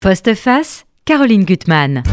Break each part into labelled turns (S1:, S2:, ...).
S1: Postface, Caroline Gutmann.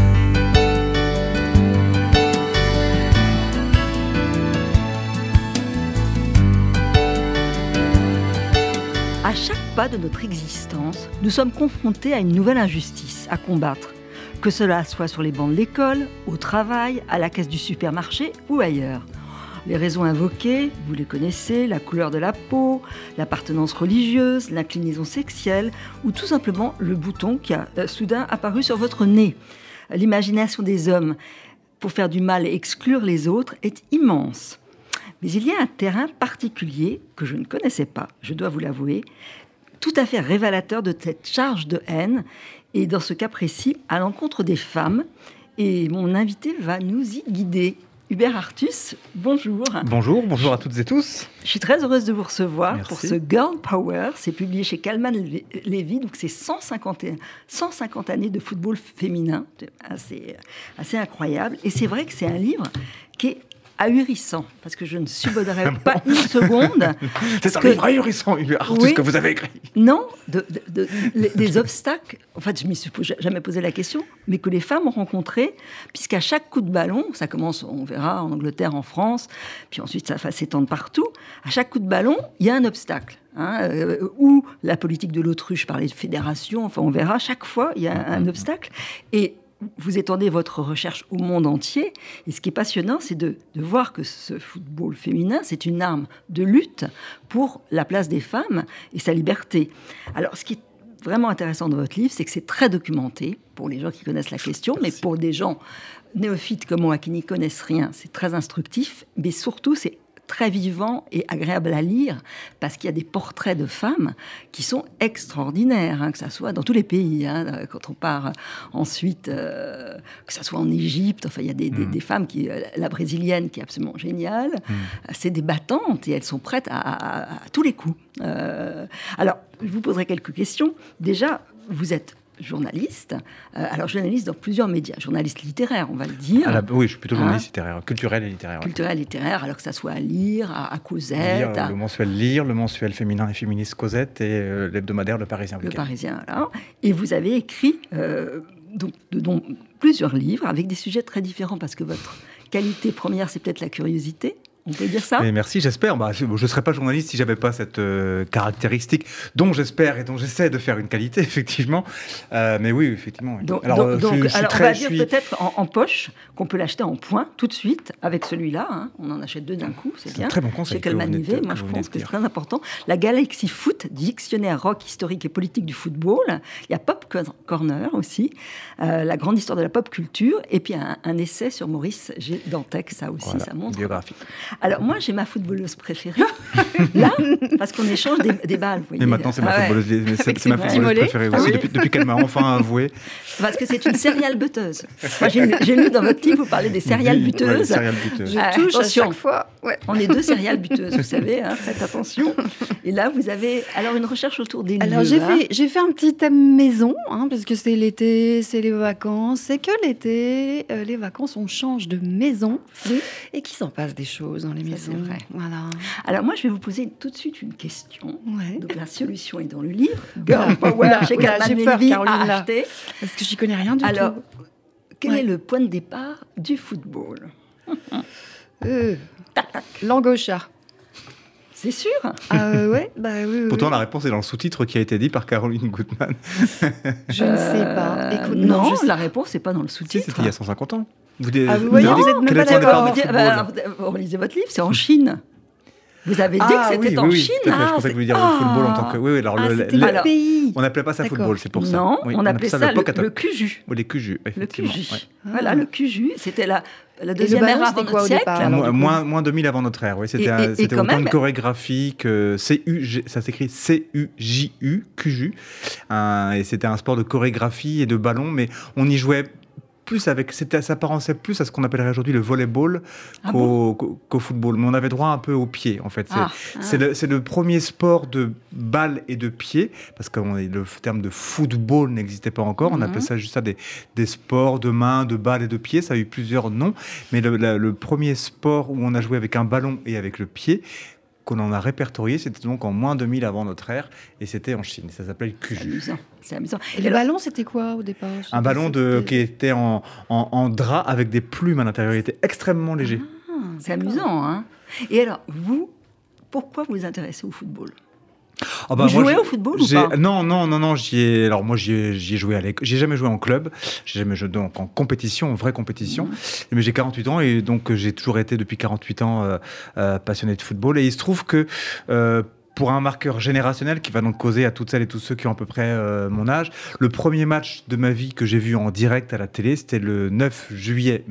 S2: À chaque pas de notre existence, nous sommes confrontés à une nouvelle injustice à combattre, que cela soit sur les bancs de l'école, au travail, à la caisse du supermarché ou ailleurs. Les raisons invoquées, vous les connaissez, la couleur de la peau, l'appartenance religieuse, l'inclinaison sexuelle ou tout simplement le bouton qui a soudain apparu sur votre nez. L'imagination des hommes pour faire du mal et exclure les autres est immense. Mais il y a un terrain particulier que je ne connaissais pas, je dois vous l'avouer, tout à fait révélateur de cette charge de haine, et dans ce cas précis, à l'encontre des femmes. Et mon invité va nous y guider. Hubert Artus, bonjour.
S3: Bonjour à toutes et tous.
S2: Je suis très heureuse de vous recevoir.
S3: Merci.
S2: Pour ce Girl Power. C'est publié chez Calman Levy, donc c'est 150 années de football féminin. C'est assez incroyable. Et c'est vrai que c'est un livre qui est ahurissant, parce que je ne subodérais pas une seconde.
S3: C'est un livre ahurissant, Artus, que vous avez écrit.
S2: Non, des obstacles, en fait, je ne m'y suis jamais posé la question, mais que les femmes ont rencontrés, puisqu'à chaque coup de ballon, ça commence, on verra, en Angleterre, en France, puis ensuite ça va s'étendre partout, à chaque coup de ballon, il y a un obstacle. Ou la politique de l'autruche par les fédérations, enfin on verra, chaque fois, il y a un obstacle. Et vous étendez votre recherche au monde entier. Et ce qui est passionnant, c'est de voir que ce football féminin, c'est une arme de lutte pour la place des femmes et sa liberté. Alors, ce qui est vraiment intéressant dans votre livre, c'est que c'est très documenté pour les gens qui connaissent la question, mais pour des gens néophytes comme moi qui n'y connaissent rien, c'est très instructif. Mais surtout, c'est très vivant et agréable à lire, parce qu'il y a des portraits de femmes qui sont extraordinaires, que ça soit dans tous les pays, quand on part ensuite, que ça soit en Égypte, enfin il y a des femmes, la brésilienne qui est absolument géniale, c'est des battantes et elles sont prêtes à tous les coups. Alors, je vous poserai quelques questions. Déjà, vous êtes journaliste, journaliste dans plusieurs médias, journaliste littéraire, on va le dire.
S3: Oui, je suis plutôt journaliste littéraire, culturel et littéraire.
S2: Culturel et littéraire, alors que ça soit à Lire, à Cosette.
S3: Le mensuel Lire, le mensuel féminin et féministe Cosette et l'hebdomadaire Le Parisien.
S2: Le Parisien, voilà. Et vous avez écrit dont plusieurs livres avec des sujets très différents, parce que votre qualité première, c'est peut-être la curiosité. On peut dire ça ?
S3: Merci, j'espère. Je ne serais pas journaliste si je n'avais pas cette caractéristique dont j'espère et dont j'essaie de faire une qualité, effectivement. Mais oui, effectivement.
S2: Donc, on va dire peut-être en poche qu'on peut l'acheter en point tout de suite avec celui-là. On en achète deux d'un coup, c'est bien.
S3: Un très bon conseil.
S2: Chez Calman Levy, moi je pense que c'est très important. La Galaxy Foot, dictionnaire rock historique et politique du football. Il y a Pop Corner aussi, la grande histoire de la pop culture. Et puis un essai sur Maurice G. Dantec, ça aussi, voilà, ça montre.
S3: Biographie.
S2: Alors moi, j'ai ma footballeuse préférée, là, parce qu'on échange des balles. Vous voyez.
S3: Et maintenant, c'est ma footballeuse, c'est ma footballeuse préférée aussi, depuis qu'elle m'a enfin avoué.
S2: Parce que c'est une serial butteuse. Moi, j'ai lu dans votre livre, vous parlez des serial buteuses.
S4: Je touche à chaque fois. Ouais.
S2: On est deux serial buteuses, vous savez, faites attention. Et là, vous avez une recherche autour des lieux.
S4: Alors, j'ai fait un petit thème maison, parce que c'est l'été, c'est les vacances. C'est que l'été, les vacances, on change de maison et qu'il s'en passe des choses dans les maisons.
S2: C'est vrai.
S4: Voilà.
S2: Alors moi, je vais vous poser tout de suite une question.
S4: Ouais.
S2: Donc la solution est dans le livre. Girl Power chez Calman Levy à acheter.
S4: Parce que j'y connais rien du tout.
S2: Alors, quel est le point de départ du football ?
S4: L'angosha.
S2: C'est sûr ?
S4: Oui.
S3: Pourtant, la réponse est dans le sous-titre qui a été dit par Caroline Gutmann.
S4: Je ne sais pas. Écoute,
S2: non, la réponse n'est pas dans le sous-titre.
S3: C'était il y a 150 ans.
S4: Vous voyez, vous êtes même pas d'accord.
S2: Vous relisez votre livre, c'est en Chine. Vous avez dit que c'était en Chine.
S3: Je pensais que vous vouliez dire le football en tant que... Oui, alors
S4: le pays.
S3: On n'appelait pas ça football, c'est pour ça.
S2: Non, on appelait ça le QJU.
S3: Les QJU, effectivement.
S2: Le QJU. Voilà, le QJU, c'était la deuxième ère avant notre siècle.
S3: Moins 2000 avant notre ère, oui. C'était autant de chorégraphique, ça s'écrit CUJU, QJU. Et c'était un sport de chorégraphie et de ballon, mais on y jouait plus ça s'apparençait plus à ce qu'on appellerait aujourd'hui le volleyball qu'au football. Mais on avait droit un peu au pied, en fait. C'est le premier sport de balle et de pied, parce que le terme de football n'existait pas encore. On appelait ça juste ça des sports de main, de balle et de pied. Ça a eu plusieurs noms. Mais le premier sport où on a joué avec un ballon et avec le pied, qu'on en a répertorié, c'était donc en moins 2000 avant notre ère, et c'était en Chine. Ça s'appelait le Cuju.
S2: C'est amusant.
S4: Et le ballon, c'était quoi au départ?
S3: Un ballon qui était en drap avec des plumes à l'intérieur. Il était extrêmement léger.
S2: C'est amusant, hein. Et alors, pourquoi vous vous intéressez au football? Vous jouez au football ou pas?
S3: Non. Moi, j'y ai joué à l'école. J'ai jamais joué en club. J'ai jamais joué donc en compétition, en vraie compétition. Mais j'ai 48 ans et donc j'ai toujours été depuis 48 ans passionné de football. Et il se trouve que pour un marqueur générationnel qui va donc causer à toutes celles et tous ceux qui ont à peu près mon âge, le premier match de ma vie que j'ai vu en direct à la télé, c'était le 9 juillet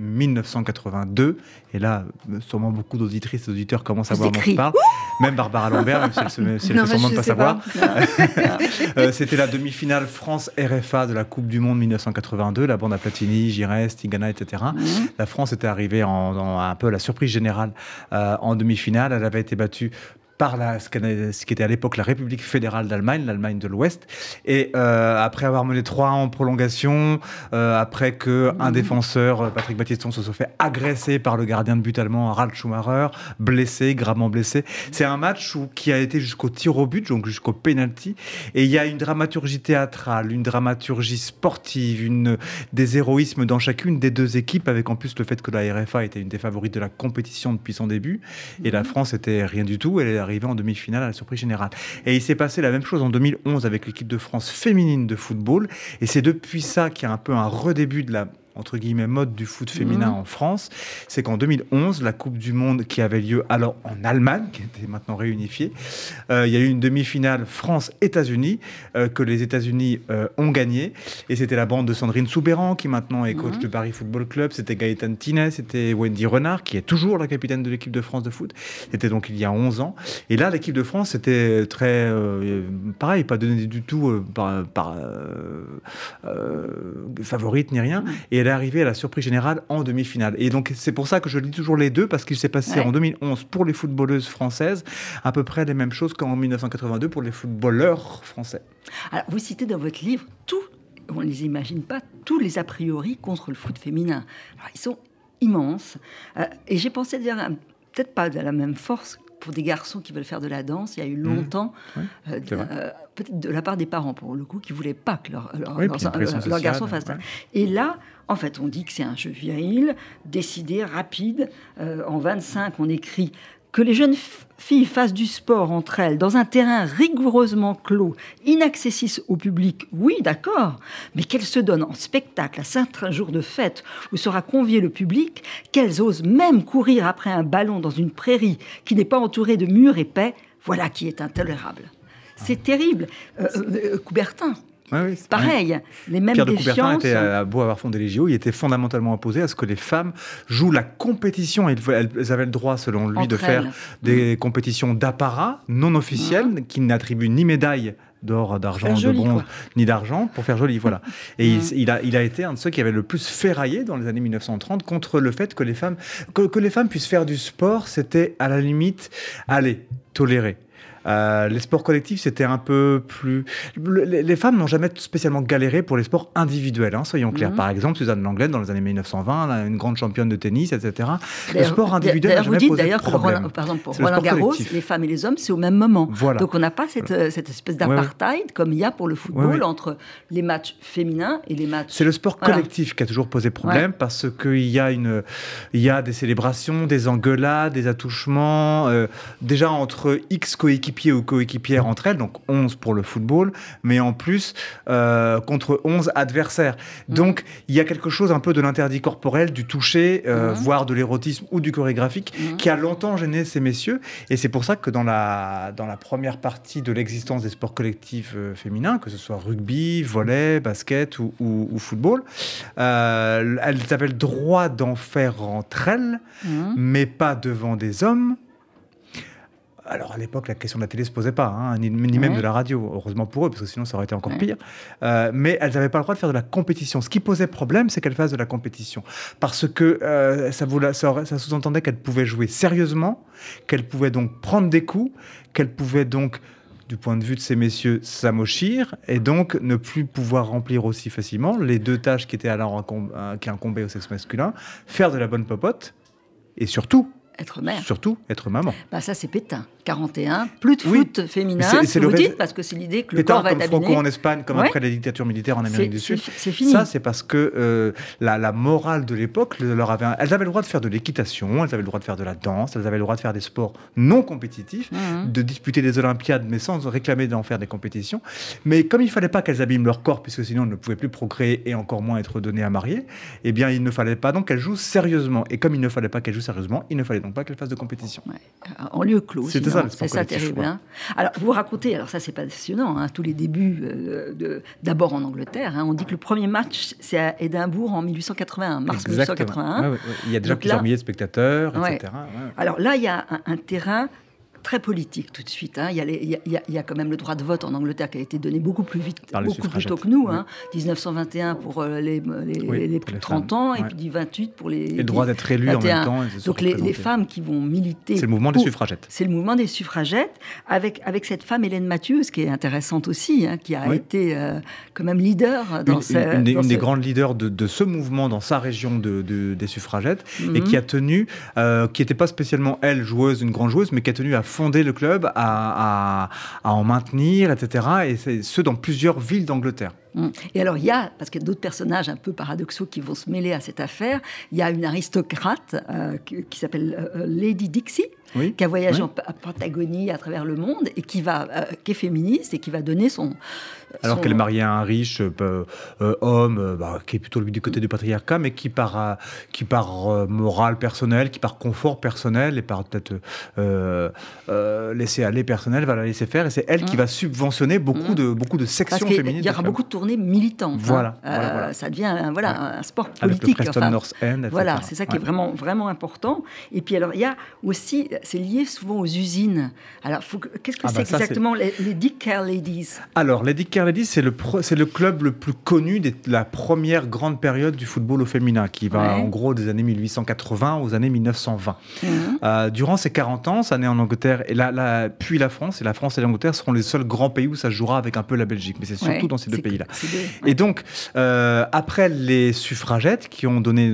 S3: 1982. Et là, sûrement beaucoup d'auditrices et d'auditeurs commencent à voir dont je parle. Même Barbara Lambert, même si elle ne fait sûrement pas savoir. C'était la demi-finale France-RFA de la Coupe du Monde 1982. La bande à Platini, Giresse, Tigana, etc. La France était arrivée en un peu à la surprise générale en demi-finale. Elle avait été battue par ce qui était à l'époque la République fédérale d'Allemagne, l'Allemagne de l'Ouest. Et après avoir mené 3-1 en prolongation, après qu'un défenseur, Patrick Battiston, se soit fait agresser par le gardien de but allemand, Harald Schumacher, gravement blessé. C'est un match qui a été jusqu'au tir au but, donc jusqu'au penalty. Et il y a une dramaturgie théâtrale, une dramaturgie sportive, des héroïsmes dans chacune des deux équipes, avec en plus le fait que la RFA était une des favorites de la compétition depuis son début. Et la France était rien du tout. Elle est arrivé en demi-finale à la surprise générale. Et il s'est passé la même chose en 2011 avec l'équipe de France féminine de football. Et c'est depuis ça qu'il y a un peu un redébut de la entre guillemets mode du foot féminin en France. C'est qu'en 2011, la Coupe du Monde qui avait lieu alors en Allemagne, qui était maintenant réunifiée, il y a eu une demi-finale France-États-Unis que les États-Unis ont gagné. Et c'était la bande de Sandrine Soubéran qui maintenant est coach de Paris Football Club. C'était Gaëtan Tinet, c'était Wendy Renard qui est toujours la capitaine de l'équipe de France de foot. C'était donc il y a 11 ans. Et là, l'équipe de France était très pareil, pas donnée du tout favorite ni rien. Et elle est arrivée à la surprise générale en demi-finale. Et donc, c'est pour ça que je lis toujours les deux, parce qu'il s'est passé en 2011 pour les footballeuses françaises à peu près les mêmes choses qu'en 1982 pour les footballeurs français.
S2: Alors, vous citez dans votre livre on ne les imagine pas, tous les a priori contre le foot féminin. Alors, ils sont immenses. Et j'ai pensé dire, peut-être pas de la même force pour des garçons qui veulent faire de la danse. Il y a eu longtemps, peut-être de la part des parents, pour le coup, qui ne voulaient pas que leur garçon fasse ça. Et là, en fait, on dit que c'est un jeu viril, décidé, rapide. En 25, on écrit que les jeunes filles fassent du sport entre elles dans un terrain rigoureusement clos, inaccessible au public, oui, d'accord, mais qu'elles se donnent en spectacle à certains jours de fête où sera convié le public, qu'elles osent même courir après un ballon dans une prairie qui n'est pas entourée de murs épais, voilà qui est intolérable. C'est terrible. Coubertin.
S3: Oui,
S2: pareil, les mêmes
S3: Pierre de
S2: défiances.
S3: Coubertin était beau avoir fondé les JO, il était fondamentalement opposé à ce que les femmes jouent la compétition. Elles avaient le droit, selon lui, de faire des compétitions d'apparat non officielles qui n'attribuent ni médaille d'or, d'argent, de bronze, ni d'argent, pour faire joli, voilà. Et il a été un de ceux qui avait le plus ferraillé dans les années 1930 contre le fait que les femmes puissent faire du sport, c'était à la limite, toléré. Les sports collectifs, c'était un peu plus... Les femmes n'ont jamais spécialement galéré pour les sports individuels, soyons clairs. Par exemple, Suzanne Langlaine, dans les années 1920, une grande championne de tennis, etc. Le sport individuel n'a jamais posé de problème.
S2: Par exemple, pour Roland Garros, les femmes et les hommes, c'est au même moment. Voilà. Donc on n'a pas cette espèce d'apartheid comme il y a pour le football entre les matchs féminins et les matchs...
S3: C'est le sport collectif qui a toujours posé problème parce qu'il y a des célébrations, des engueulades, des attouchements, déjà entre X coéquipiers ou coéquipières entre elles, donc 11 pour le football, mais en plus contre 11 adversaires. Donc il y a quelque chose un peu de l'interdit corporel, du toucher, voire de l'érotisme ou du chorégraphique, qui a longtemps gêné ces messieurs. Et c'est pour ça que dans la première partie de l'existence des sports collectifs féminins, que ce soit rugby, volley, basket ou football, elles avaient le droit d'en faire entre elles, mais pas devant des hommes. Alors, à l'époque, la question de la télé ne se posait pas, ni même de la radio. Heureusement pour eux, parce que sinon, ça aurait été encore pire. Mais elles n'avaient pas le droit de faire de la compétition. Ce qui posait problème, c'est qu'elles fassent de la compétition. Parce que ça sous-entendait qu'elles pouvaient jouer sérieusement, qu'elles pouvaient donc prendre des coups, qu'elles pouvaient donc, du point de vue de ces messieurs, s'amochir, et donc ne plus pouvoir remplir aussi facilement les deux tâches qui étaient alors qui incombaient au sexe masculin, faire de la bonne popote, et surtout,
S2: être mère.
S3: Surtout être maman.
S2: Ça, c'est Pétain. 41, plus de foot féminin, c'est vous dites, parce que c'est l'idée que le corps va être abîmé.
S3: Franco en Espagne, comme après la dictature militaire en Amérique du Sud.
S2: C'est fini.
S3: Ça, c'est parce que la morale de l'époque, elles avaient le droit de faire de l'équitation, elles avaient le droit de faire de la danse, elles avaient le droit de faire des sports non compétitifs, de disputer des Olympiades, mais sans réclamer d'en faire des compétitions. Mais comme il ne fallait pas qu'elles abîment leur corps, puisque sinon elles ne pouvaient plus procréer et encore moins être données à marier, eh bien, il ne fallait pas donc qu'elles jouent sérieusement. Et comme il ne fallait pas qu'elles jouent sérieusement, il ne fallait donc pas qu'elles fassent de compétition.
S2: En lieu clos.
S3: C'était ça, le sport collectif.
S2: Terrible, hein. Alors, vous racontez, alors ça c'est passionnant, tous les débuts d'abord en Angleterre. On dit que le premier match, c'est à Édimbourg en 1881, mars 1881.
S3: Ouais. Il y a déjà plusieurs milliers de spectateurs, etc.
S2: Alors là, il y a un terrain très politique tout de suite. Il y a quand même le droit de vote en Angleterre qui a été donné beaucoup plus vite, beaucoup plus tôt que nous. 1921 pour les plus de 30 ans et puis 28 pour les... Et
S3: le droit d'être élu 21. En même temps.
S2: Donc les femmes qui vont militer...
S3: C'est le mouvement des suffragettes.
S2: C'est le mouvement des suffragettes avec cette femme Hélène Mathieu, qui est intéressante aussi, qui a été quand même leader dans
S3: une des grandes leaders de ce mouvement dans sa région des suffragettes et qui a tenu, qui n'était pas spécialement elle une grande joueuse, mais qui a tenu à fonder le club, à en maintenir, etc. Et c'est ce dans plusieurs villes d'Angleterre.
S2: Et alors, parce qu'il y a d'autres personnages un peu paradoxaux qui vont se mêler à cette affaire, il y a une aristocrate qui s'appelle Lady Dixie, qui a voyagé en Patagonie à travers le monde et qui est féministe et qui va donner son...
S3: Alors qu'elle est mariée à un riche homme, qui est plutôt du côté du patriarcat, mais qui par morale personnelle, qui par confort personnel et par peut-être laisser aller personnel, va la laisser faire. Et c'est elle qui va subventionner beaucoup de sections féminines.
S2: Il y aura beaucoup de tournées militantes.
S3: Voilà.
S2: Ça devient un sport politique.
S3: Avec le Preston North End, etc.
S2: Voilà, c'est ça qui est vraiment, vraiment important. Et puis alors, il y a aussi, c'est lié souvent aux usines. Alors, qu'est-ce que c'est exactement les Dick Care Ladies? Alors, les Dick Care
S3: Ladies, c'est le club le plus connu de la première grande période du football au féminin, qui va en gros des années 1880 aux années 1920. Durant ces 40 ans, ça naît en Angleterre, et puis la France, et l'Angleterre seront les seuls grands pays où ça se jouera avec un peu la Belgique, mais c'est surtout dans ces deux pays-là. Et donc, après les suffragettes qui ont donné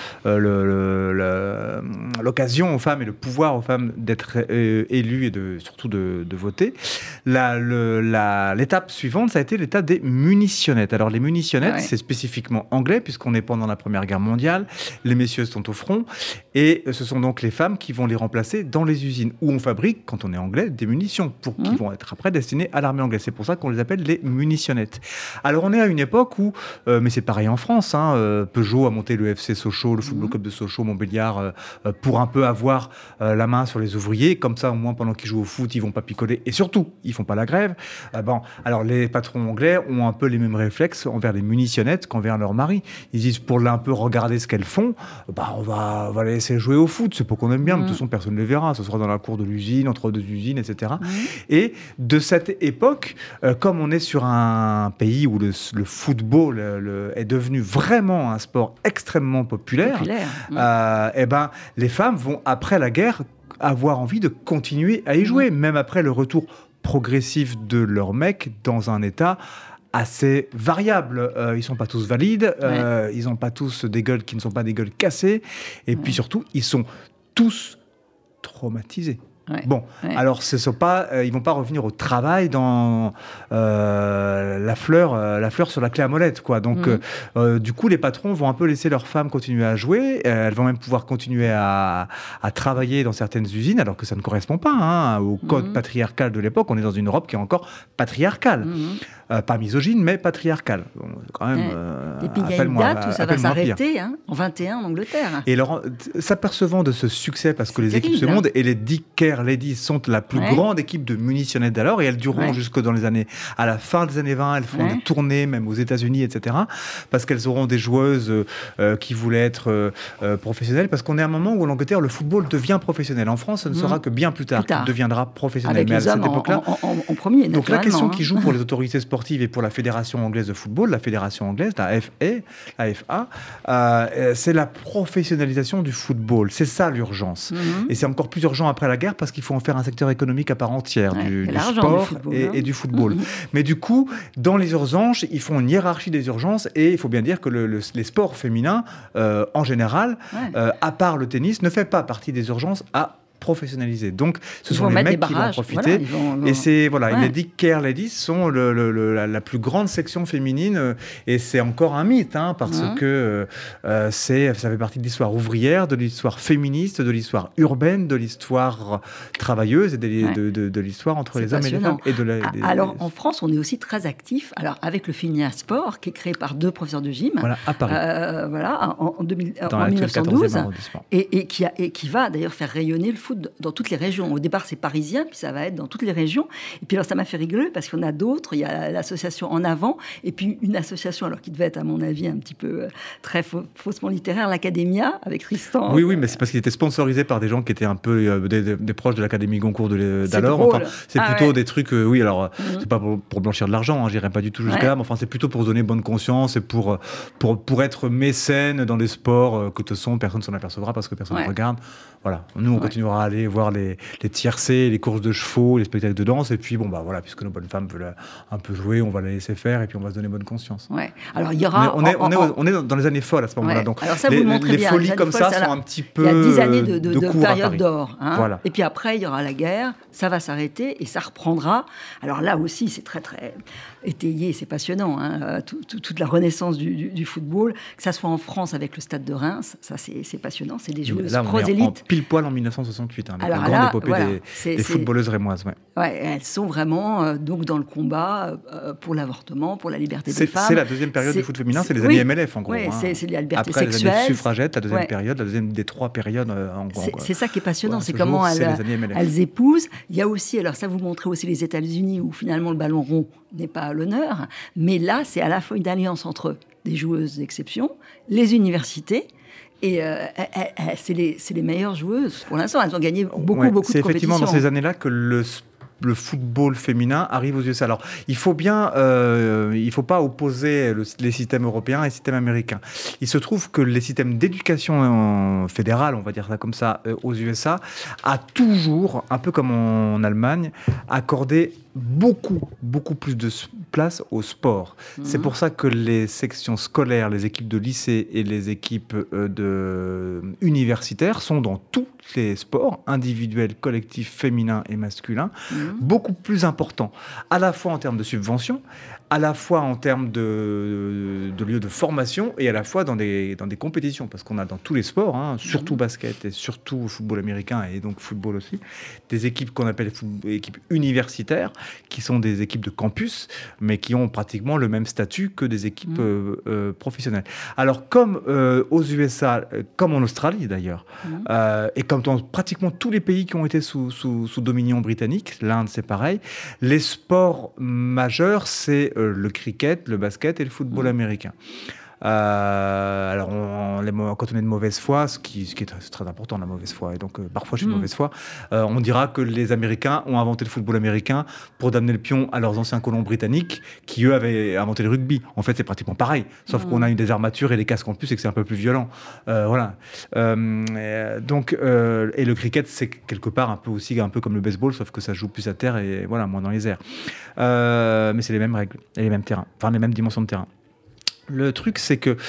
S3: l'occasion aux femmes et le pouvoir aux femmes d'être élues et surtout de voter, l'étape suivante, ça a été l'étape des munitionnettes. Alors les munitionnettes, c'est spécifiquement anglais, puisqu'on est pendant la Première Guerre mondiale, les messieurs sont au front, et ce sont donc les femmes qui vont les remplacer dans les usines, où on fabrique, quand on est anglais, des munitions, qui vont être après destinées à l'armée anglaise. C'est pour ça qu'on les appelle les munitionnettes. Alors on est à une époque où, mais c'est pareil en France, Peugeot a monté le FC Sochaux, le football club de Sochaux, Montbéliard, pour un peu avoir la main sur les ouvriers, comme ça au moins pendant qu'ils jouent au foot, ils vont pas picoler, et surtout, ils font pas la grève. Alors les patrons anglais ont un peu les mêmes réflexes envers les munitionnettes qu'envers leurs maris. Ils disent, pour un peu regarder ce qu'elles font, on va les laisser jouer au foot, c'est pour qu'on aime bien, mais de toute façon personne ne les verra, ce sera dans la cour de l'usine, entre deux usines, etc. Et de cette époque, comme on est sur un pays où le football est devenu vraiment un sport extrêmement populaire. Les femmes vont, après la guerre, avoir envie de continuer à y jouer, même après le retour progressif de leurs mecs dans un état assez variable. Ils ne sont pas tous valides, ils n'ont pas tous des gueules qui ne sont pas des gueules cassées, et puis surtout, ils sont tous traumatisés. Alors ils vont pas revenir au travail dans la fleur sur la clé à molette, quoi. Donc du coup les patrons vont un peu laisser leurs femmes continuer à jouer, elles vont même pouvoir continuer à travailler dans certaines usines, alors que ça ne correspond pas au code patriarcal de l'époque. On est dans une Europe qui est encore patriarcale, pas misogyne mais patriarcale. Quand même.
S2: Et puis il y a une date où ça va s'arrêter, en 21 en Angleterre.
S3: Et alors, s'apercevant de ce succès, parce que les équipes se montent, et les Dick Care Ladies sont la plus grande équipe de munitionnettes d'alors, et elles dureront jusque dans à la fin des années 20, elles font des tournées, même aux États-Unis, etc., parce qu'elles auront des joueuses qui voulaient être professionnelles, parce qu'on est à un moment où en Angleterre, le football devient professionnel. En France, ce ne sera que bien plus tard qu'il deviendra professionnel.
S2: Avec
S3: mais
S2: les hommes à cette époque-là, en premier,
S3: donc la question qui joue pour les autorités sportives et pour la Fédération anglaise de football, la Fédération anglaise, la FA, c'est la professionnalisation du football. C'est ça l'urgence. Et c'est encore plus urgent après la guerre, parce parce qu'il faut en faire un secteur économique à part entière du sport et du football. Mais du coup, dans les urgences, ils font une hiérarchie des urgences et il faut bien dire que les sports féminins, en général, à part le tennis, ne fait pas partie des urgences à professionnalisés. Donc, ce sont les mecs qui vont en profiter. Et c'est, les Dick Care Ladies sont la plus grande section féminine. Et c'est encore un mythe, parce que ça fait partie de l'histoire ouvrière, de l'histoire féministe, de l'histoire urbaine, de l'histoire travailleuse et de l'histoire entre les hommes et les femmes.
S2: Alors, en France, on est aussi très actifs. Alors, avec le Féminin Sport, qui est créé par 2 professeurs de gym.
S3: À Paris.
S2: En 1912. Et qui va d'ailleurs faire rayonner le foot dans toutes les régions. Au départ, c'est parisien, puis ça va être dans toutes les régions. Et puis alors, ça m'a fait rigoler parce qu'il y en a d'autres. Il y a l'association En Avant, et puis une association, alors qui devait être, à mon avis, un petit peu très faussement littéraire, l'Académia, avec Tristan.
S3: Oui, mais c'est parce qu'il était sponsorisé par des gens qui étaient un peu des proches de l'Académie Goncourt d'alors. Enfin, c'est plutôt des trucs, c'est pas pour blanchir de l'argent, j'irai pas du tout jusqu'à là, mais enfin, c'est plutôt pour se donner bonne conscience et pour être mécène dans les sports que de toute façon, personne ne s'en apercevra parce que personne ne regarde. Voilà. Nous, on continuera à aller voir les tiercés, les courses de chevaux, les spectacles de danse, et puis puisque nos bonnes femmes veulent un peu jouer, on va les laisser faire, et puis on va se donner bonne conscience.
S2: Ouais. Alors il y aura.
S3: On est dans les années folles à ce moment-là, donc
S2: alors ça, vous le montrez bien.
S3: Folies comme ça sont un petit peu.
S2: Il y a 10 années de période d'or.
S3: Voilà.
S2: Et puis après, il y aura la guerre, ça va s'arrêter et ça reprendra. Alors là aussi, c'est très très étayé, c'est passionnant. Toute la renaissance du football, que ça soit en France avec le Stade de Reims, ça c'est passionnant. C'est des joueuses prosélytes.
S3: Pile poil en 1968, avec une grande épopée des footballeuses rémoises.
S2: Elles sont vraiment donc dans le combat pour l'avortement, pour la liberté des femmes.
S3: C'est la deuxième période du foot féminin, c'est les années MLF en gros.
S2: C'est la liberté
S3: après
S2: sexuelle.
S3: Après les suffragettes, la deuxième période, la deuxième des 3 périodes en gros.
S2: C'est ça qui est passionnant, c'est comment elles épousent. Il y a aussi, alors ça vous montrez aussi les États-Unis où finalement le ballon rond n'est pas à l'honneur, mais là c'est à la fois une alliance entre des joueuses d'exception, les universités. Et c'est les meilleures joueuses pour l'instant. Elles ont gagné beaucoup de compétitions.
S3: C'est effectivement dans ces années-là que le football féminin arrive aux USA. Alors, il faut pas opposer les systèmes européens et les systèmes américains. Il se trouve que les systèmes d'éducation fédérale, on va dire ça comme ça, aux USA, a toujours, un peu comme en Allemagne, accordé beaucoup plus de place au sport. C'est pour ça que les sections scolaires, les équipes de lycée et les équipes universitaires sont dans tous les sports, individuels, collectifs, féminins et masculins, beaucoup plus importants, à la fois en termes de subventions, à la fois en termes de lieux de formation et à la fois dans des compétitions, parce qu'on a dans tous les sports, surtout basket et surtout football américain et donc football aussi, des équipes qu'on appelle équipes universitaires, qui sont des équipes de campus, mais qui ont pratiquement le même statut que des équipes professionnelles. Alors, comme aux USA, comme en Australie d'ailleurs, et comme dans pratiquement tous les pays qui ont été sous dominion britannique, l'Inde c'est pareil, les sports majeurs, c'est le cricket, le basket et le football américain. Alors, quand on est de mauvaise foi, ce qui est très important, la mauvaise foi, et donc parfois j'ai de mauvaise foi, on dira que les Américains ont inventé le football américain pour damner le pion à leurs anciens colons britanniques qui, eux, avaient inventé le rugby. En fait, c'est pratiquement pareil, sauf qu'on a des armatures et des casques en plus et que c'est un peu plus violent. Voilà. Donc, et le cricket, c'est quelque part un peu comme le baseball, sauf que ça joue plus à terre et moins dans les airs. Mais c'est les mêmes règles et les mêmes terrains, enfin les mêmes dimensions de terrain. Le truc, c'est que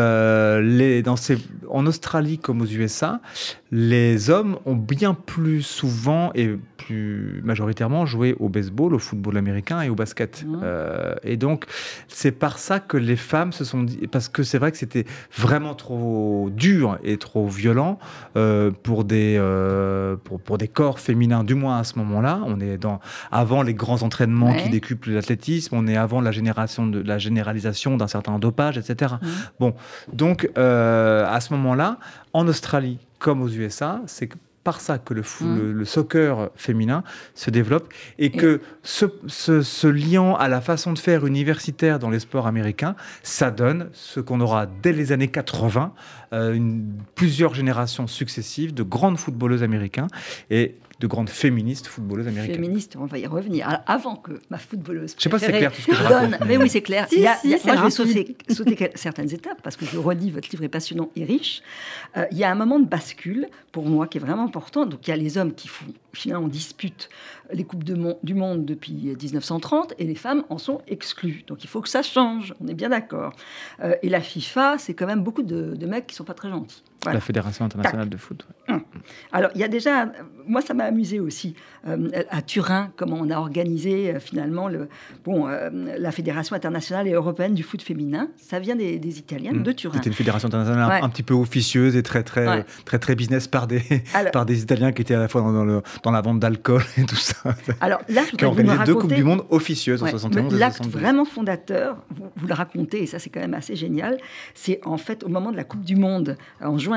S3: en Australie comme aux USA, les hommes ont bien plus souvent et plus majoritairement joué au baseball, au football américain et au basket. Et donc, c'est par ça que les femmes se sont dit... Parce que c'est vrai que c'était vraiment trop dur et trop violent pour des corps féminins, du moins à ce moment-là. On est avant les grands entraînements qui décuplent l'athlétisme, on est avant la généralisation d'un certain dopage, etc. Bon, donc, à ce moment-là, en Australie, comme aux USA, c'est par ça que le soccer féminin se développe et que ce liant à la façon de faire universitaire dans les sports américains, ça donne ce qu'on aura dès les années 80, plusieurs générations successives de grandes footballeuses américaines et de grandes féministes footballeuses américaines.
S2: Féministes, on va y revenir. Alors, avant que ma footballeuse
S3: je sais pas si c'est clair tout ce que je raconte.
S2: Mais oui, c'est clair. Moi, je vais sauter certaines étapes parce que je redis, votre livre est passionnant et riche. Il y a un moment de bascule pour moi qui est vraiment important. Donc, il y a les hommes qui font finalement, on dispute les Coupes du Monde depuis 1930 et les femmes en sont exclues. Donc il faut que ça change, on est bien d'accord. Et la FIFA, c'est quand même beaucoup de mecs qui ne sont pas très gentils.
S3: Voilà. La Fédération internationale de foot. Ouais.
S2: Alors, il y a déjà... Moi, ça m'a amusé aussi. À Turin, comment on a organisé, finalement, la Fédération internationale et européenne du foot féminin. Ça vient des Italiennes de Turin.
S3: C'était une fédération internationale un petit peu officieuse et très business par des Italiens qui étaient à la fois dans la vente d'alcool et tout ça.
S2: Alors, là,
S3: qui ont organisé 2 Coupes du Monde officieuses en 71 et 72.
S2: L'acte vraiment fondateur, vous le racontez, et ça, c'est quand même assez génial, c'est en fait au moment de la Coupe du Monde, en juin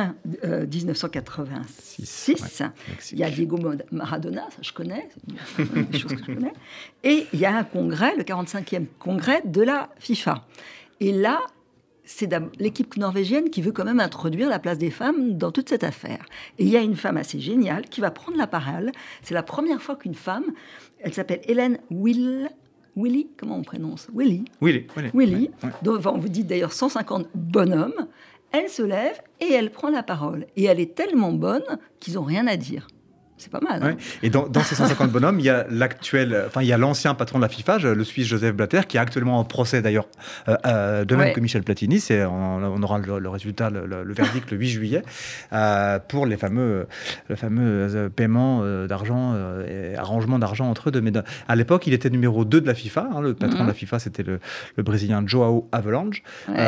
S2: 1986, il y a Diego Maradona, ça je connais, c'est des choses que je connais, et il y a un congrès, le 45e congrès de la FIFA. Et là, c'est l'équipe norvégienne qui veut quand même introduire la place des femmes dans toute cette affaire. Et il y a une femme assez géniale qui va prendre la parole. C'est la première fois qu'une femme, elle s'appelle Hélène Willy, comment on prononce Willy.
S3: Ouais.
S2: Donc, on vous dit d'ailleurs 150 bonhommes. Elle se lève et elle prend la parole. Et elle est tellement bonne qu'ils n'ont rien à dire. C'est pas mal. Hein.
S3: Et dans ces 150 bonhommes, il y a l'ancien patron de la FIFA, le Suisse Joseph Blatter, qui est actuellement en procès d'ailleurs, de même que Michel Platini. On aura le résultat, le verdict le 8 juillet, pour le fameux paiement d'argent et arrangement d'argent entre eux. Mais à l'époque, il était numéro 2 de la FIFA. Hein, le patron de la FIFA, c'était le Brésilien João Havelange.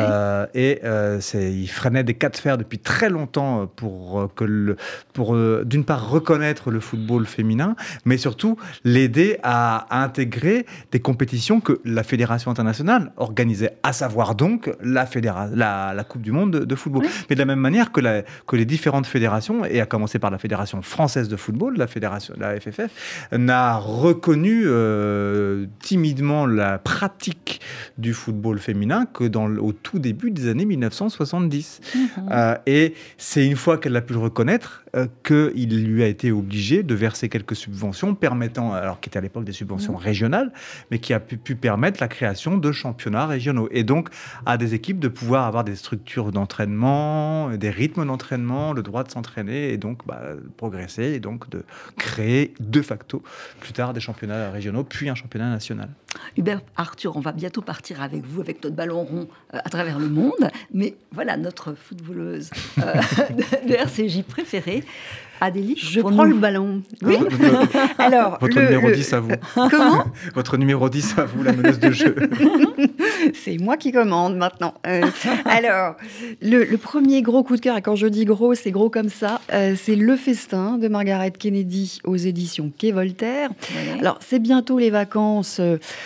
S3: Il freinait des cas de fer depuis très longtemps pour d'une part reconnaître le football féminin, mais surtout l'aider à intégrer des compétitions que la Fédération internationale organisait, à savoir donc la Coupe du Monde de football. Oui. Mais de la même manière que les différentes fédérations, et à commencer par la Fédération française de football, la FFF, n'a reconnu timidement la pratique du football féminin que au tout début des années 1970. Et c'est une fois qu'elle a pu le reconnaître qu'il lui a été obligé de verser quelques subventions permettant, alors qui étaient à l'époque des subventions régionales, mais qui a pu permettre la création de championnats régionaux. Et donc, à des équipes de pouvoir avoir des structures d'entraînement, des rythmes d'entraînement, le droit de s'entraîner et donc progresser et donc de créer de facto plus tard des championnats régionaux, puis un championnat national.
S2: Hubert, Arthur, on va bientôt partir avec vous, avec notre ballon rond à travers le monde. Mais voilà, notre footballeuse de RCJ préférée, Adélie.
S4: Je prends le ballon.
S2: Oui.
S3: Alors, votre numéro 10 à vous.
S4: Comment ?
S3: Votre numéro 10 à vous, la meneuse de jeu.
S4: C'est moi qui commande maintenant. Alors, le premier gros coup de cœur, et quand je dis gros, c'est gros comme ça, c'est Le Festin de Margaret Kennedy aux éditions Quai Voltaire. Ouais. Alors, c'est bientôt les vacances.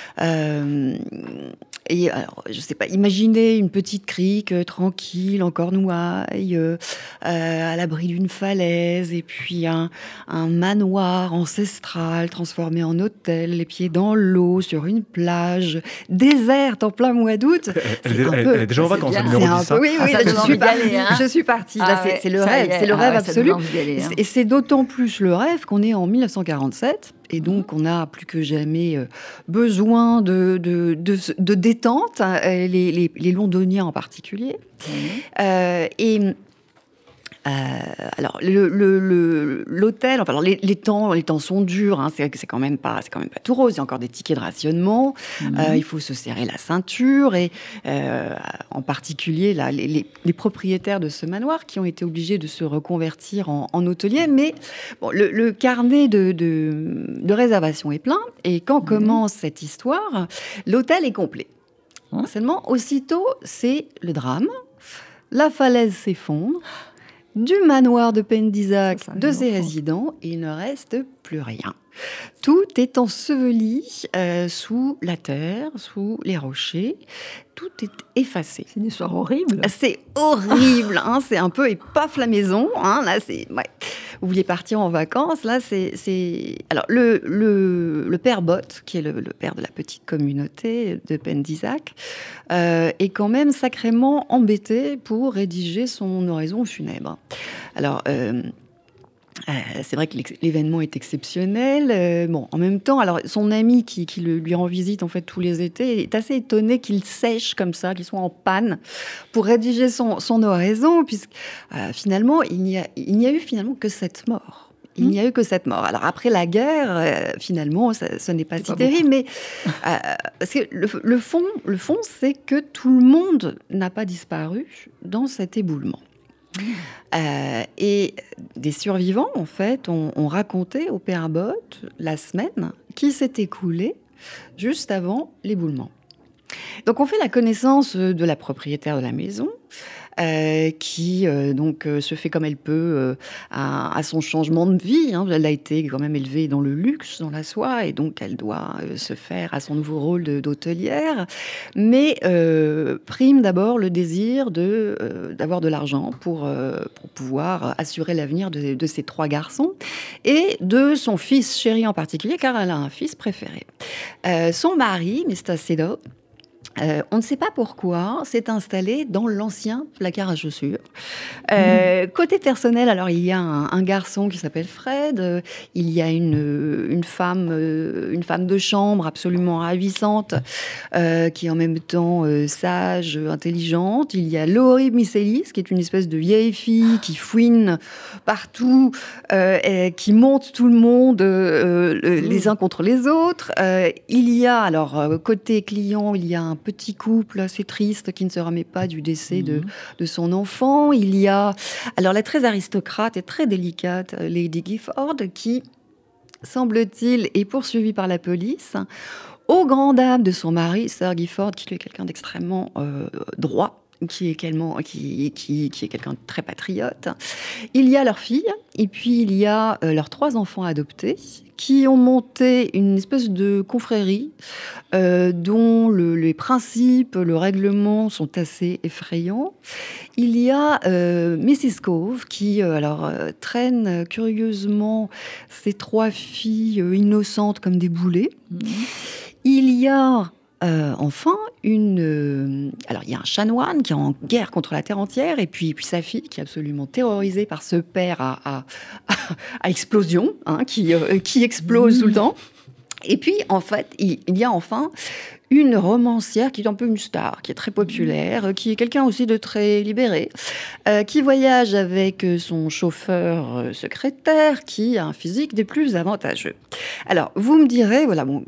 S4: Et alors, je sais pas, imaginez une petite crique tranquille, en Cornouailles, à l'abri d'une falaise, et puis un manoir ancestral transformé en hôtel, les pieds dans l'eau, sur une plage déserte en plein mois d'août.
S3: Elle est déjà en vacances, numéro 10.
S4: Oui, je suis partie. Là, c'est le rêve, c'est le rêve absolu. Et c'est d'autant plus le rêve qu'on est en 1947. Et donc, on a plus que jamais besoin de détente, les Londoniens en particulier. Alors l'hôtel, enfin, alors les temps sont durs, hein, c'est quand même pas tout rose. Il y a encore des tickets de rationnement. Il faut se serrer la ceinture et en particulier là, les propriétaires de ce manoir qui ont été obligés de se reconvertir en hôtelier. Mais bon, le carnet de réservation est plein et quand commence cette histoire, l'hôtel est complet. Seulement, aussitôt, c'est le drame. La falaise s'effondre. Du manoir de Pendisac, de ses résidents, il ne reste plus rien. Tout est enseveli sous la terre, sous les rochers. Tout est effacé.
S2: C'est une histoire horrible.
S4: C'est horrible, hein, c'est un peu et paf la maison. Hein, là, vous vouliez partir en vacances, là, Alors, le père Bott, qui est le père de la petite communauté de Pendisac, est quand même sacrément embêté pour rédiger son oraison funèbre. Alors... c'est vrai que l'événement est exceptionnel. En même temps, alors son ami qui lui rend visite en fait tous les étés est assez étonné qu'il sèche comme ça, qu'il soit en panne pour rédiger son oraison, puisque finalement il n'y a eu finalement que 7 morts. Il n'y a eu que 7 morts. Alors après la guerre, finalement, ce n'est pas si terrible, mais parce que le fond, c'est que tout le monde n'a pas disparu dans cet éboulement. Et des survivants, en fait, ont raconté au père Bott la semaine qui s'est écoulée juste avant l'éboulement. Donc on fait la connaissance de la propriétaire de la maison, qui se fait comme elle peut à son changement de vie. Elle a été quand même élevée dans le luxe, dans la soie, et donc elle doit se faire à son nouveau rôle d'hôtelière. Mais prime d'abord le désir d'avoir de l'argent pour pouvoir assurer l'avenir de ses 3 garçons et de son fils chéri en particulier, car elle a un fils préféré. Son mari, Mr. Siddle, on ne sait pas pourquoi, s'est installé dans l'ancien placard à chaussures. Côté personnel, alors il y a un garçon qui s'appelle Fred, il y a une femme de chambre absolument ravissante, qui est en même temps sage, intelligente. Il y a Laurie Miselis, qui est une espèce de vieille fille qui fouine partout, qui monte tout le monde les uns contre les autres. Il y a, alors côté client, il y a un petit couple assez triste qui ne se remet pas du décès de son enfant. Il y a, alors la très aristocrate et très délicate Lady Gifford, qui, semble-t-il, est poursuivie par la police, aux grandes dames de son mari, Sir Gifford, qui est quelqu'un d'extrêmement droit, qui est quelqu'un de très patriote. Il y a leur fille, et puis il y a leurs 3 enfants adoptés, qui ont monté une espèce de confrérie dont les principes, le règlement sont assez effrayants. Il y a Mrs. Cove qui traîne curieusement ses 3 filles innocentes comme des boulets. Il y a enfin, il y a un chanoine qui est en guerre contre la terre entière, et puis sa fille qui est absolument terrorisée par ce père à explosion, qui explose tout le temps. Et puis, en fait, il y a enfin une romancière qui est un peu une star, qui est très populaire, qui est quelqu'un aussi de très libéré, qui voyage avec son chauffeur secrétaire, qui a un physique des plus avantageux. Alors, vous me direz, voilà, bon,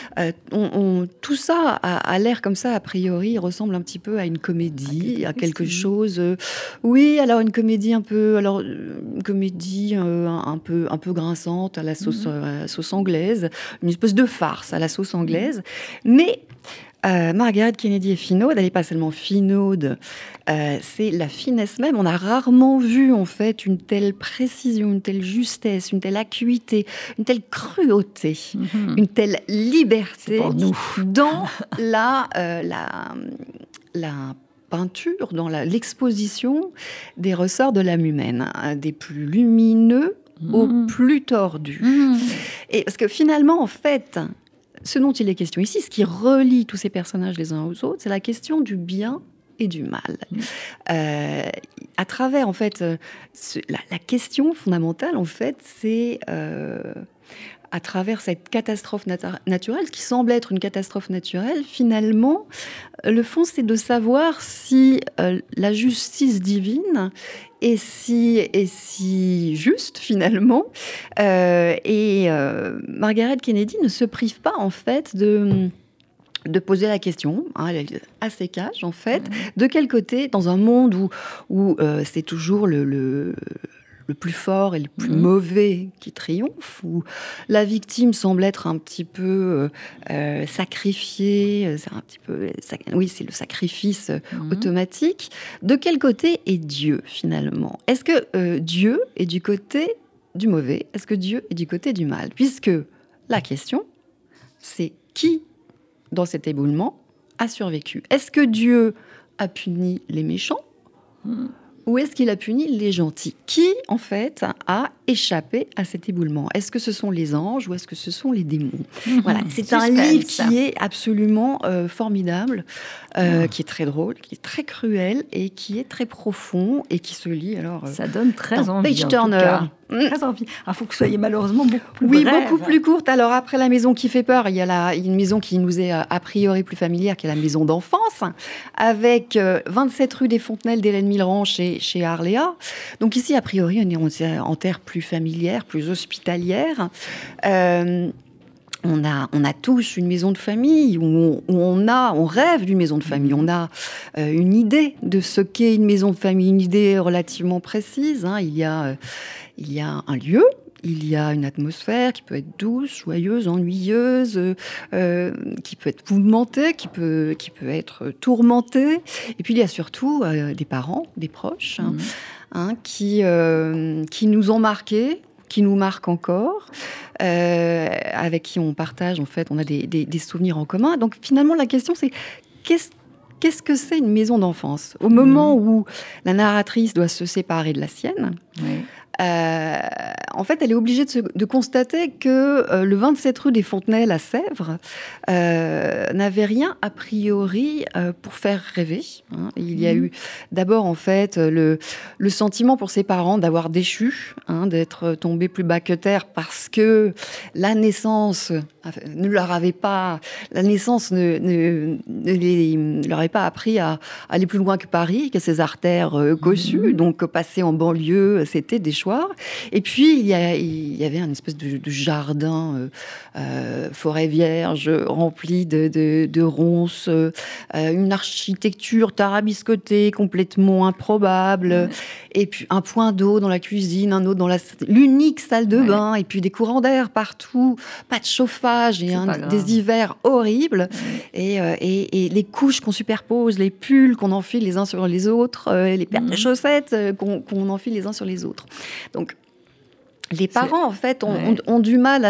S4: tout ça a l'air comme ça, a priori, ressemble un petit peu à une comédie, à quelque chose... oui, alors une comédie un peu grinçante, à la sauce anglaise, une espèce de farce à la sauce anglaise, mais... Margaret Kennedy est finaude, elle n'est pas seulement finaude, c'est la finesse même. On a rarement vu en fait une telle précision, une telle justesse, une telle acuité, une telle cruauté, une telle liberté dans la peinture, dans l'exposition des ressorts de l'âme humaine, des plus lumineux aux plus tordus. Et parce que finalement, en fait... ce dont il est question ici, ce qui relie tous ces personnages les uns aux autres, c'est la question du bien et du mal. À travers, en fait, la question fondamentale, en fait, c'est à travers cette catastrophe naturelle, ce qui semble être une catastrophe naturelle, finalement, le fond, c'est de savoir si la justice divine est si juste, finalement. Margaret Kennedy ne se prive pas, en fait, de poser la question, elle est assez cash, en fait, de quel côté, dans un monde où c'est toujours le plus fort et le plus mauvais qui triomphe, où la victime semble être un petit peu sacrifiée, c'est le sacrifice automatique. De quel côté est Dieu, finalement ? Est-ce que Dieu est du côté du mauvais ? Est-ce que Dieu est du côté du mal ? Puisque la question, c'est qui, dans cet éboulement, a survécu ? Est-ce que Dieu a puni les méchants ? Ou est-ce qu'il a puni les gentils ? Qui, en fait, a échappé à cet éboulement ? Est-ce que ce sont les anges ou est-ce que ce sont les démons ? Voilà, c'est un livre qui est absolument formidable, qui est très drôle, qui est très cruel et qui est très profond et qui se lit alors...
S2: ça donne très envie,
S4: Page Turner.
S2: très envie. Il faut que vous soyez malheureusement beaucoup plus brève.
S4: Oui, beaucoup plus courte. Alors, après la maison qui fait peur, il y a une maison qui nous est a priori plus familière, qui est la maison d'enfance, avec 27 rue des Fontenelles d'Hélène Millerand chez Arléa. Donc ici, a priori, on est en terre plus familière, plus hospitalière. On a tous une maison de famille où on rêve d'une maison de famille. On a une idée de ce qu'est une maison de famille, une idée relativement précise. Il y a un lieu. Il y a une atmosphère qui peut être douce, joyeuse, ennuyeuse, qui peut être mouvementée, qui peut être tourmentée. Et puis il y a surtout des parents, des proches, qui nous ont marqués, qui nous marquent encore, avec qui on partage, en fait, on a des souvenirs en commun. Donc finalement, la question c'est qu'est-ce que c'est une maison d'enfance ? Au moment où la narratrice doit se séparer de la sienne, en fait, elle est obligée de constater que le 27 rue des Fontenelles à Sèvres n'avait rien a priori pour faire rêver. Il y a eu d'abord en fait le sentiment pour ses parents d'avoir déchu, d'être tombés plus bas que terre parce que la naissance ne leur avait pas appris à aller plus loin que Paris, que ses artères cossues, donc passer en banlieue, c'était des choix. Et puis il y avait une espèce de jardin forêt vierge rempli de ronces, une architecture tarabiscotée complètement improbable, et puis un point d'eau dans la cuisine, un autre dans l'unique salle de bain, et puis des courants d'air partout, pas de chauffage et des hivers horribles, et les couches qu'on superpose, les pulls qu'on enfile les uns sur les autres, les paires de chaussettes qu'on enfile les uns sur les autres. Donc, les parents, en fait, ont du mal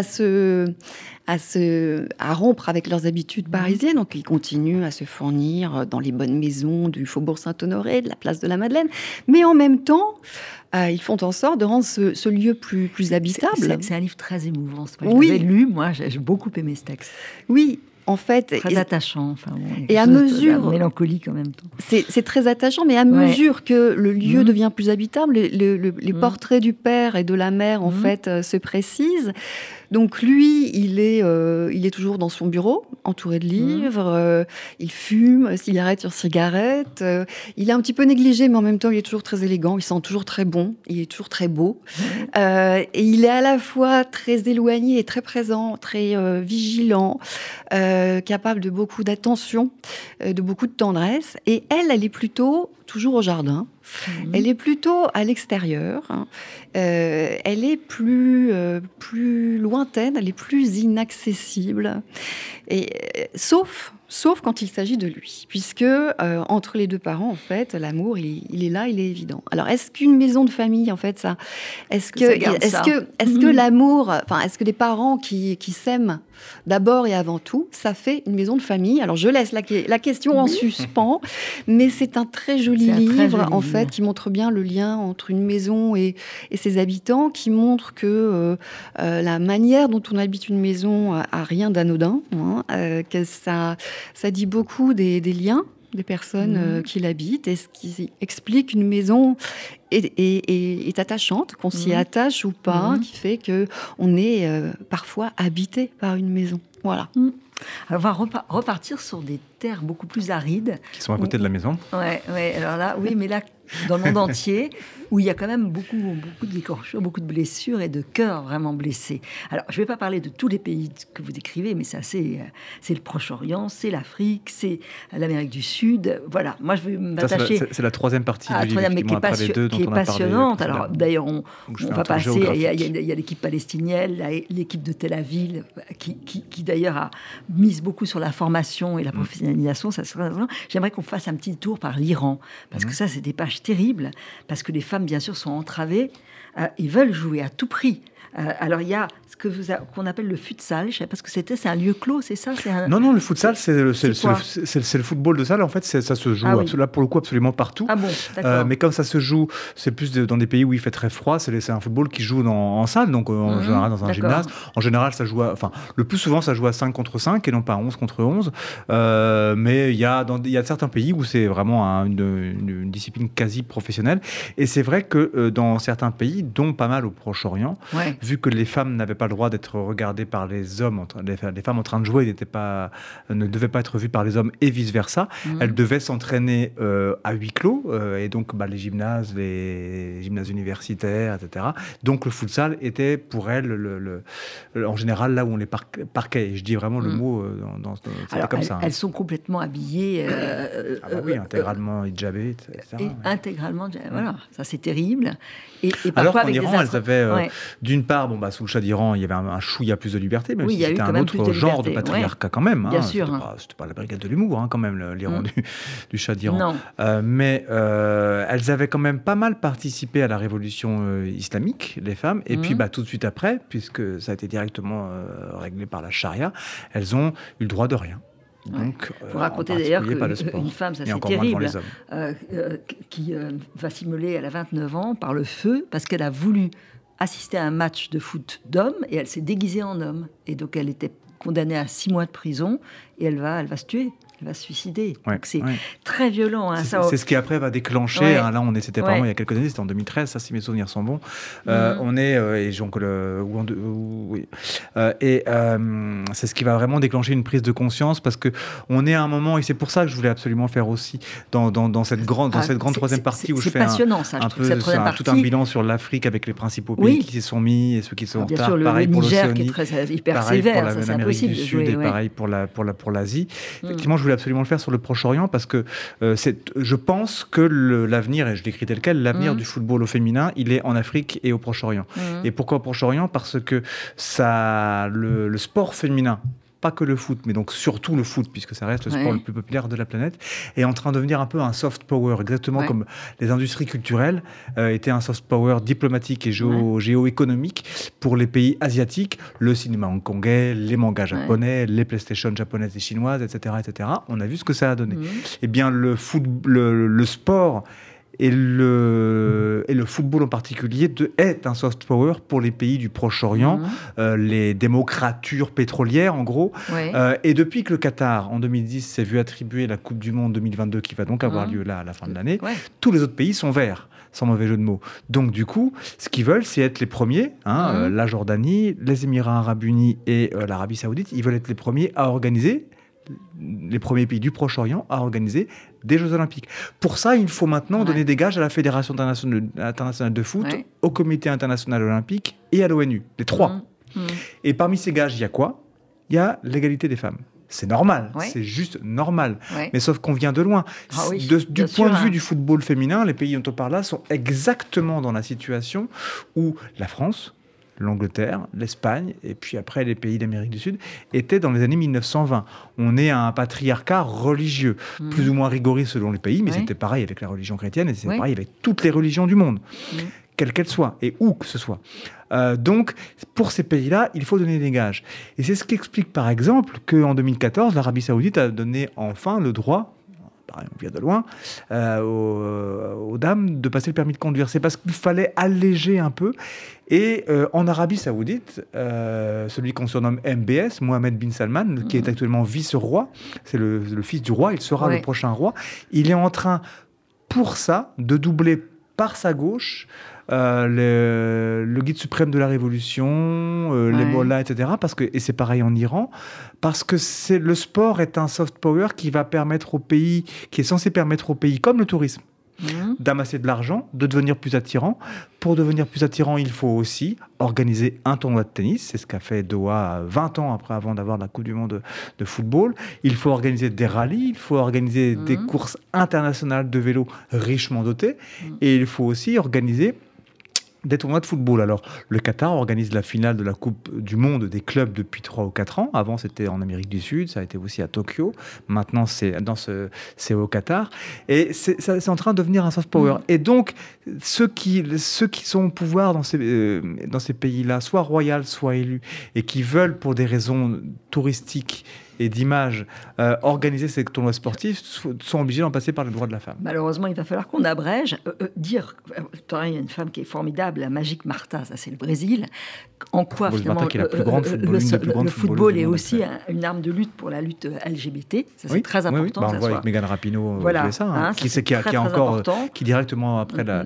S4: à rompre avec leurs habitudes parisiennes. Donc, ils continuent à se fournir dans les bonnes maisons du Faubourg Saint-Honoré, de la place de la Madeleine. Mais en même temps, ils font en sorte de rendre ce lieu plus habitable.
S2: C'est un livre très émouvant. Je l'avais lu, moi, j'ai beaucoup aimé ce texte.
S4: Oui. En fait,
S2: très attachant.
S4: Et à mesure,
S2: mélancolique en même temps.
S4: C'est très attachant, mais à mesure que le lieu devient plus habitable, les portraits du père et de la mère en fait se précisent. Donc lui, il est toujours dans son bureau, entouré de livres. Il fume, cigarette sur cigarette. Il est un petit peu négligé, mais en même temps, il est toujours très élégant. Il sent toujours très bon. Il est toujours très beau. Et il est à la fois très éloigné et très présent, très vigilant, capable de beaucoup d'attention, de beaucoup de tendresse. Et elle est plutôt toujours au jardin. Elle est plutôt à l'extérieur. Elle est plus lointaine, elle est plus inaccessible. Et, sauf quand il s'agit de lui, puisque entre les deux parents, en fait, l'amour, il est là, il est évident. Alors, est-ce qu'une maison de famille, en fait, ça, est-ce que l'amour, enfin, est-ce que des parents qui s'aiment d'abord et avant tout, ça fait une maison de famille? Alors, je laisse la question en suspens, mais c'est un très joli livre, en fait, qui montre bien le lien entre une maison et ses habitants, qui montre que la manière dont on habite une maison a rien d'anodin, que ça dit beaucoup des liens des personnes qui l'habitent, et ce qui explique une maison est attachante, qu'on s'y attache ou pas, qui fait qu'on est parfois habité par une maison. Voilà.
S2: Alors, on va repartir sur des terres beaucoup plus arides.
S3: Qui sont à côté de la maison.
S2: Ouais. Alors là, oui, mais là, dans le monde entier, où il y a quand même beaucoup de décorchures, beaucoup de blessures et de cœurs vraiment blessés. Alors, je ne vais pas parler de tous les pays que vous décrivez, mais ça, c'est le Proche-Orient, c'est l'Afrique, c'est l'Amérique du Sud. Voilà, moi, je vais m'attacher...
S3: C'est la troisième partie du livre,
S2: mais qui est passionnante. Alors, d'ailleurs, on va passer... Il y a l'équipe palestinienne, l'équipe de Tel Aviv, qui d'ailleurs a mise beaucoup sur la formation et la professionnalisation. Ça serait... J'aimerais qu'on fasse un petit tour par l'Iran, parce que ça, c'est des pages terribles, parce que les femmes, bien sûr, sont entravées. Ils veulent jouer à tout prix. Alors, il y a ce qu'on appelle le futsal. Je ne sais pas ce que c'était. C'est un lieu clos, c'est ça?
S3: Non, le futsal, c'est le football de salle. En fait, ça se joue là, pour le coup, absolument partout.
S2: Ah bon, d'accord.
S3: Mais comme ça se joue, c'est plus dans des pays où il fait très froid. C'est un football qui joue en salle, donc en général dans un gymnase. En général, ça joue le plus souvent, ça joue à 5 contre 5 et non pas 11 contre 11. Mais il y a certains pays où c'est vraiment une discipline quasi professionnelle. Et c'est vrai que dans certains pays, dont pas mal au Proche-Orient, vu que les femmes n'avaient pas le droit d'être regardées par les hommes, les femmes en train de jouer ne devaient pas être vues par les hommes et vice-versa, elles devaient s'entraîner à huis clos, et donc les gymnases universitaires, etc. Donc le futsal était pour elles, en général, là où on les parquait. Et je dis vraiment le mot, c'était comme ça.
S2: Elles sont complètement habillées...
S3: oui, intégralement hijabées, etc.
S2: Intégralement, voilà, ça c'est terrible. Et
S3: alors qu'en Iran, elles avaient, d'une part, sous le Shah d'Iran, il y avait un chouïa plus de liberté, même si c'était un autre genre de patriarcat quand même.
S2: Bien sûr.
S3: C'était pas la brigade de l'humour, quand même, l'Iran du Shah d'Iran. Mais elles avaient quand même pas mal participé à la révolution islamique, les femmes. Et puis, tout de suite après, puisque ça a été directement réglé par la charia, elles ont eu le droit de rien. Donc,
S2: pour raconter d'ailleurs qu'une femme, ça c'est terrible, qui va s'immoler, elle a 29 ans, par le feu, parce qu'elle a voulu assister à un match de foot d'hommes, et elle s'est déguisée en homme. Et donc elle était condamnée à 6 mois de prison, et elle va se tuer. Elle va se suicider. Donc c'est très violent.
S3: C'est ce qui après va déclencher. Là, c'était vraiment il y a quelques années, c'était en 2013, ça, si mes souvenirs sont bons. On est et donc c'est ce qui va vraiment déclencher une prise de conscience, parce que on est à un moment, et c'est pour ça que je voulais absolument faire aussi dans cette grande troisième partie où je fais tout un bilan sur l'Afrique avec les principaux pays qui s'y sont mis et ceux qui sont en retard.
S2: Pareil pour l'Océanie, qui est très hyper sévère,
S3: pareil pour l'Amérique du Sud et pareil pour l'Asie. Effectivement, je voulais absolument le faire sur le Proche-Orient, parce que je pense que l'avenir, et je l'écris tel quel, l'avenir du football au féminin, il est en Afrique et au Proche-Orient. Et pourquoi au Proche-Orient? Parce que le sport féminin, pas que le foot, mais donc surtout le foot, puisque ça reste le sport le plus populaire de la planète, est en train de devenir un peu un soft power, exactement comme les industries culturelles étaient un soft power diplomatique et géoéconomique pour les pays asiatiques, le cinéma hongkongais, les mangas japonais, les PlayStation japonaises et chinoises, etc., etc. On a vu ce que ça a donné. Eh bien, le sport et le football en particulier est un soft power pour les pays du Proche-Orient, les démocratures pétrolières en gros. Et depuis que le Qatar, en 2010, s'est vu attribuer la Coupe du Monde 2022, qui va donc avoir lieu là à la fin de l'année, tous les autres pays sont verts, sans mauvais jeu de mots. Donc du coup, ce qu'ils veulent, c'est être les premiers, la Jordanie, les Émirats Arabes Unis et l'Arabie Saoudite, ils veulent être les premiers à organiser, les premiers pays du Proche-Orient à organiser des Jeux Olympiques. Pour ça, il faut maintenant donner des gages à la Fédération internationale de foot, au Comité international olympique et à l'ONU, les trois. Et parmi ces gages, il y a quoi? Il y a l'égalité des femmes. C'est normal, c'est juste normal. Mais sauf qu'on vient de loin. Du point de vue du football féminin, les pays dont on parle là sont exactement dans la situation où la France, l'Angleterre, l'Espagne, et puis après les pays d'Amérique du Sud, étaient dans les années 1920. On est à un patriarcat religieux, plus ou moins rigoriste selon les pays, mais c'était pareil avec la religion chrétienne, et c'est pareil avec toutes les religions du monde, quelles qu'elles soient, et où que ce soit. Donc, pour ces pays-là, il faut donner des gages. Et c'est ce qui explique, par exemple, qu'en 2014, l'Arabie Saoudite a donné enfin le droit, on vient de loin, aux dames de passer le permis de conduire. C'est parce qu'il fallait alléger un peu. Et en Arabie Saoudite, celui qu'on surnomme MBS, Mohammed bin Salman, qui est actuellement vice-roi, c'est le fils du roi, il sera le prochain roi, il est en train, pour ça, de doubler par sa gauche le guide suprême de la révolution, les mollahs, etc. Et c'est pareil en Iran, parce que le sport est un soft power qui est censé permettre aux pays comme le tourisme d'amasser de l'argent, de devenir plus attirant. Pour devenir plus attirant, il faut aussi organiser un tournoi de tennis. C'est ce qu'a fait Doha 20 ans avant d'avoir la Coupe du Monde de football. Il faut organiser des rallyes, il faut organiser des courses internationales de vélo richement dotées. Et il faut aussi organiser des tournois de football. Alors, le Qatar organise la finale de la Coupe du Monde des clubs depuis 3 ou 4 ans. Avant, c'était en Amérique du Sud, ça a été aussi à Tokyo. Maintenant, c'est au Qatar. Et c'est en train de devenir un soft power. Et donc, ceux qui sont au pouvoir dans ces pays-là, soit royal, soit élus, et qui veulent, pour des raisons touristiques et d'image, organiser ces tournois sportifs, sont obligés d'en passer par le droit de la femme.
S2: Malheureusement, il va falloir qu'on abrège. Il y a une femme qui est formidable, la Magic Martha, ça c'est le Brésil. En quoi, finalement, le football est aussi une arme de lutte pour la lutte LGBT. Ça, c'est très important.
S3: On voit avec Megan Rapinoe aux USA, qui directement après la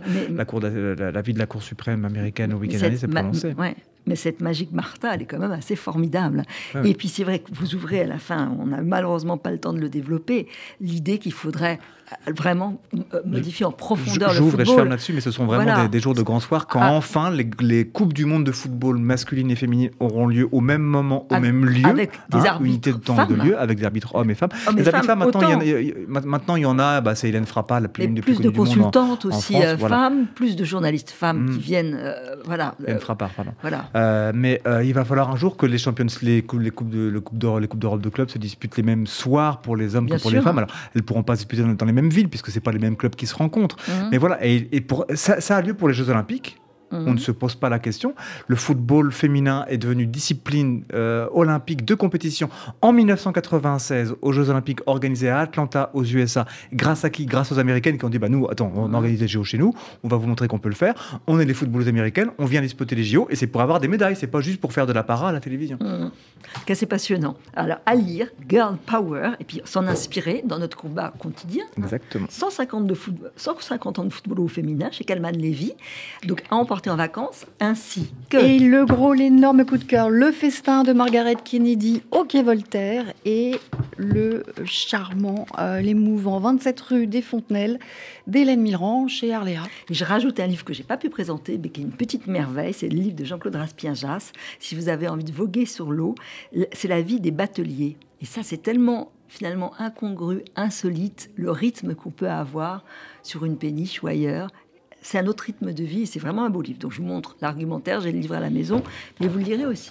S3: vie de la Cour suprême américaine au week-end dernier s'est prononcée.
S2: Mais cette Magic Martha, elle est quand même assez formidable. Et puis c'est vrai que vous ouvrez à la fin, on n'a malheureusement pas le temps de le développer, l'idée qu'il faudrait vraiment modifier en profondeur le football.
S3: J'ouvre et je ferme là-dessus, mais ce sont vraiment des jours de grand soir quand enfin les Coupes du Monde de football masculine et féminine auront lieu au même moment, au même lieu.
S2: Avec des arbitres
S3: unité de temps et de lieu, avec des arbitres hommes et femmes. Les arbitres femmes, maintenant, il y en a, c'est Hélène Frappa, une des plus connues du monde.
S2: Plus de consultantes aussi, femmes, plus de journalistes femmes qui viennent.
S3: Hélène Frappa, pardon.
S2: Voilà.
S3: Mais il va falloir un jour que les Coupes d'Europe de clubs se disputent les mêmes soirs pour les hommes que pour les femmes. Alors, elles ne pourront pas se disputer dans les mêmes villes, puisque ce n'est pas les mêmes clubs qui se rencontrent. Mais voilà, ça a lieu pour les Jeux Olympiques. On ne se pose pas la question. Le football féminin est devenu discipline olympique de compétition en 1996 aux Jeux Olympiques organisés à Atlanta, aux USA. Grâce à qui ? Grâce aux Américaines qui ont dit nous, attends, on organise les JO chez nous, on va vous montrer qu'on peut le faire. On est les footballeuses américaines, on vient disputer les JO et c'est pour avoir des médailles, c'est pas juste pour faire de la para à la télévision.
S2: C'est passionnant. Alors, à lire, Girl Power, et puis s'en inspirer dans notre combat quotidien.
S3: Exactement.
S2: 150 ans de football au féminin chez Kalman Levy. Donc, à emporter en vacances, ainsi que...
S4: Et l'énorme coup de cœur, le festin de Margaret Kennedy au Quai Voltaire et le charmant, l'émouvant 27 rue des Fontenelles d'Hélène Milran chez Arléa.
S2: Et je rajoute un livre que je n'ai pas pu présenter, mais qui est une petite merveille, c'est le livre de Jean-Claude Raspien-Jass. Si vous avez envie de voguer sur l'eau, c'est la vie des bateliers. Et ça, c'est tellement finalement incongru, insolite, le rythme qu'on peut avoir sur une péniche ou ailleurs. C'est un autre rythme de vie et c'est vraiment un beau livre. Donc je vous montre l'argumentaire, j'ai le livre à la maison, mais vous le lirez aussi.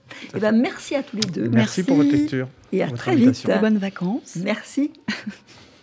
S2: Merci à tous les deux.
S3: Merci pour votre lecture.
S2: Et à très vite.
S4: Bonnes vacances.
S2: Merci.